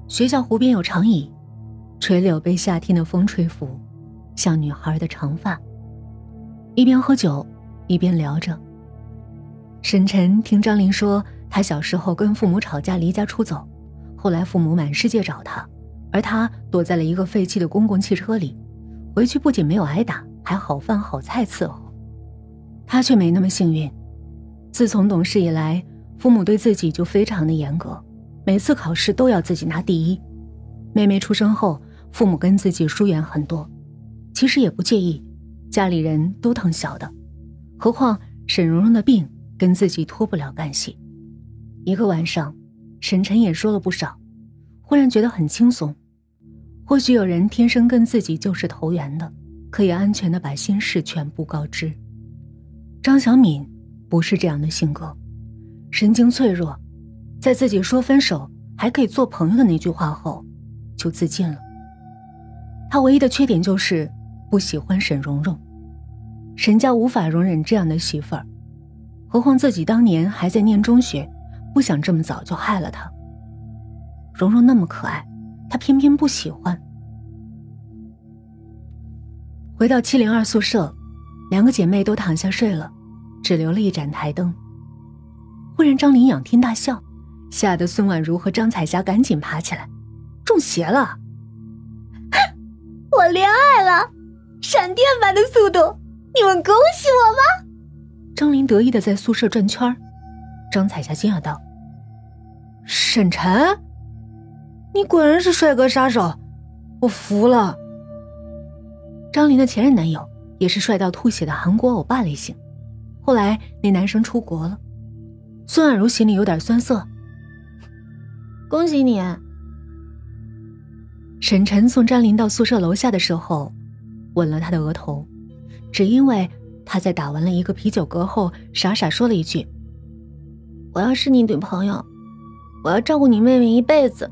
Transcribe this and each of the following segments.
学校湖边有长椅，垂柳被夏天的风吹拂，像女孩的长发。一边喝酒一边聊着。沈晨听张琳说，他小时候跟父母吵架离家出走，后来父母满世界找他，而他躲在了一个废弃的公共汽车里，回去不仅没有挨打，还好饭好菜伺候。他却没那么幸运，自从懂事以来，父母对自己就非常的严格，每次考试都要自己拿第一。妹妹出生后，父母跟自己疏远很多，其实也不介意，家里人都疼小的，何况沈蓉蓉的病跟自己脱不了干系。一个晚上，沈晨也说了不少，忽然觉得很轻松。或许有人天生跟自己就是投缘的，可以安全地把心事全部告知。张小敏不是这样的性格，神经脆弱，在自己说分手还可以做朋友的那句话后就自尽了。他唯一的缺点就是不喜欢沈蓉蓉，沈家无法容忍这样的媳妇儿，何况自己当年还在念中学，不想这么早就害了她。蓉蓉那么可爱，他偏偏不喜欢。回到702宿舍，两个姐妹都躺下睡了，只留了一盏台灯。忽然张琳仰天大笑，吓得孙婉如和张彩霞赶紧爬起来，中邪了。 我恋爱了，闪电般的速度，你们恭喜我吧。 张琳得意地在宿舍转圈，张彩霞惊讶道：沈晨，你果然是帅哥杀手，我服了。张琳的前任男友也是帅到吐血的韩国欧巴类型，后来那男生出国了。孙婉如心里有点酸涩， 恭喜你。 沈晨送张琳到宿舍楼下的时候，吻了她的额头，只因为她在打完了一个啤酒嗝后傻傻说了一句：我要是你女朋友，我要照顾你妹妹一辈子。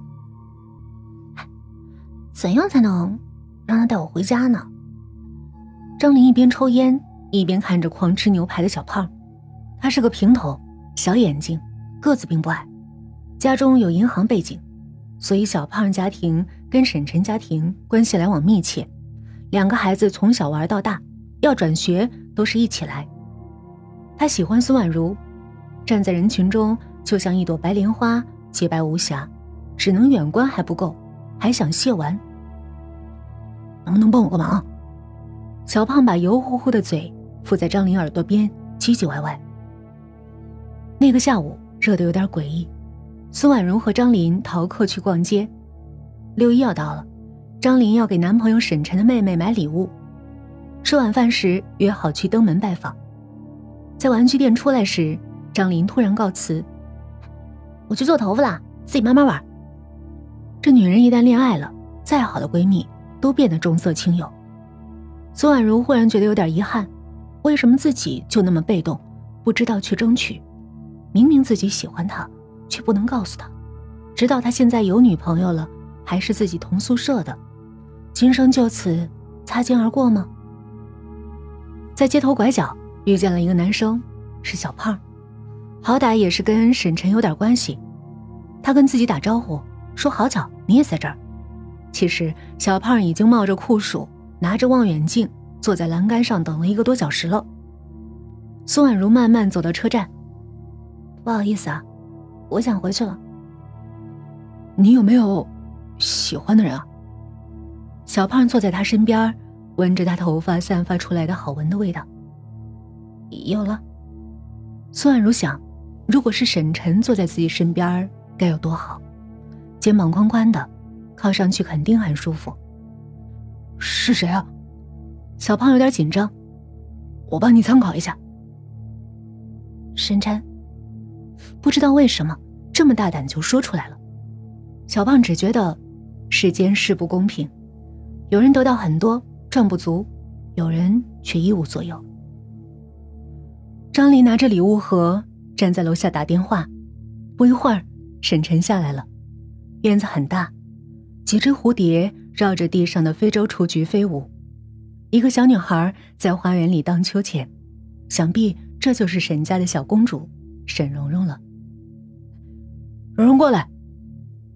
怎样才能让她带我回家呢？张琳一边抽烟一边看着狂吃牛排的小胖，他是个平头，小眼睛，个子并不矮，家中有银行背景，所以小胖家庭跟沈晨家庭关系来往密切，两个孩子从小玩到大，要转学都是一起来。他喜欢孙婉如，站在人群中就像一朵白莲花，洁白无瑕，只能远观还不够，还想亵玩。能不能帮我个忙？小胖把油乎乎的嘴附在张琳耳朵边，唧唧歪歪。那个下午热得有点诡异，孙婉如和张琳逃课去逛街。6·1要到了，张琳要给男朋友沈晨的妹妹买礼物。吃晚饭时约好去登门拜访，在玩具店出来时，张琳突然告辞：我去做头发啦，自己慢慢玩。这女人一旦恋爱了，再好的闺蜜都变得重色轻友。孙婉如忽然觉得有点遗憾，为什么自己就那么被动，不知道去争取？明明自己喜欢他，却不能告诉他，直到他现在有女朋友了，还是自己同宿舍的，今生就此擦肩而过吗？在街头拐角遇见了一个男生，是小胖，好歹也是跟沈晨有点关系。他跟自己打招呼，说好巧你也在这儿。其实小胖已经冒着酷暑，拿着望远镜坐在栏杆上等了1个多小时了。孙婉如慢慢走到车站，不好意思啊，我想回去了。你有没有喜欢的人啊？小胖坐在他身边，闻着他头发散发出来的好闻的味道。有了。孙婉如想，如果是沈晨坐在自己身边该有多好，肩膀宽宽的，靠上去肯定很舒服。是谁啊？小胖有点紧张，我帮你参考一下。沈晨。不知道为什么这么大胆就说出来了。小胖只觉得世间事不公平，有人得到很多赚不足，有人却一无所有。张琳拿着礼物盒站在楼下打电话，不一会儿沈晨下来了。院子很大，几只蝴蝶绕着地上的非洲雏菊飞舞，一个小女孩在花园里荡秋千，想必这就是沈家的小公主沈蓉蓉了。蓉蓉过来。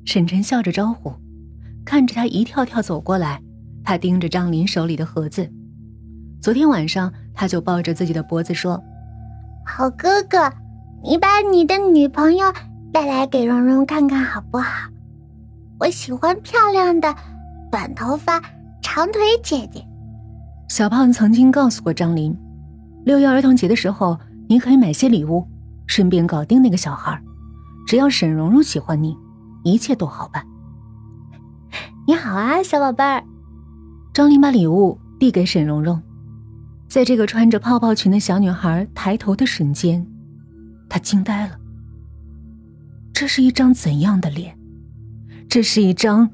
沈晨笑着招呼，看着他一跳跳走过来，他盯着张琳手里的盒子。昨天晚上他就抱着自己的脖子说， 好哥哥，你把你的女朋友带来给蓉蓉看看好不好？我喜欢漂亮的短头发长腿姐姐。 小胖曾经告诉过张琳，6一儿童节的时候你可以买些礼物，顺便搞定那个小孩，只要沈蓉蓉喜欢你，一切都好办。 你好啊，小宝贝儿。 张琳把礼物递给沈蓉蓉，在这个穿着泡泡裙的小女孩抬头的瞬间，她惊呆了。这是一张怎样的脸？这是一张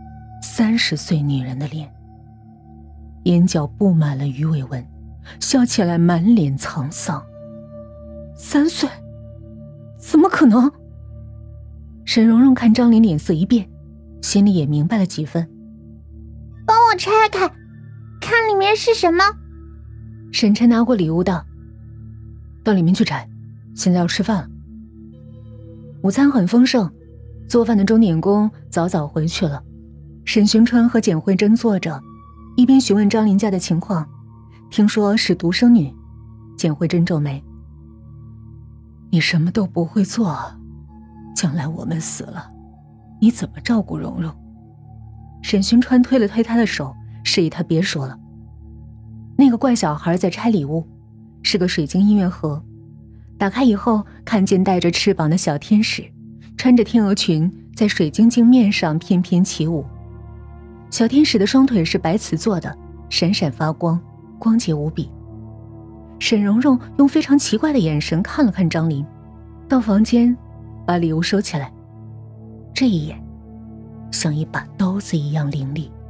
30岁女人的脸，眼角布满了鱼尾纹，笑起来满脸沧桑。3岁？怎么可能？沈蓉蓉看张琳脸色一变，心里也明白了几分。 帮我拆开，看里面是什么。 沈晨拿过礼物道，到里面去拆，现在要吃饭了。午餐很丰盛，做饭的钟点工早早回去了。沈寻川和简慧珍坐着，一边询问张琳家的情况，听说是独生女。简慧珍皱眉，你什么都不会做，将来我们死了，你怎么照顾蓉蓉？沈寻川推了推他的手，示意他别说了。那个怪小孩在拆礼物，是个水晶音乐盒，打开以后看见带着翅膀的小天使，穿着天鹅裙在水晶镜面上翩翩起舞。小天使的双腿是白瓷做的，闪闪发光，光洁无比。沈蓉蓉用非常奇怪的眼神看了看张琳，到房间把礼物收起来，这一眼像一把刀子一样凌厉。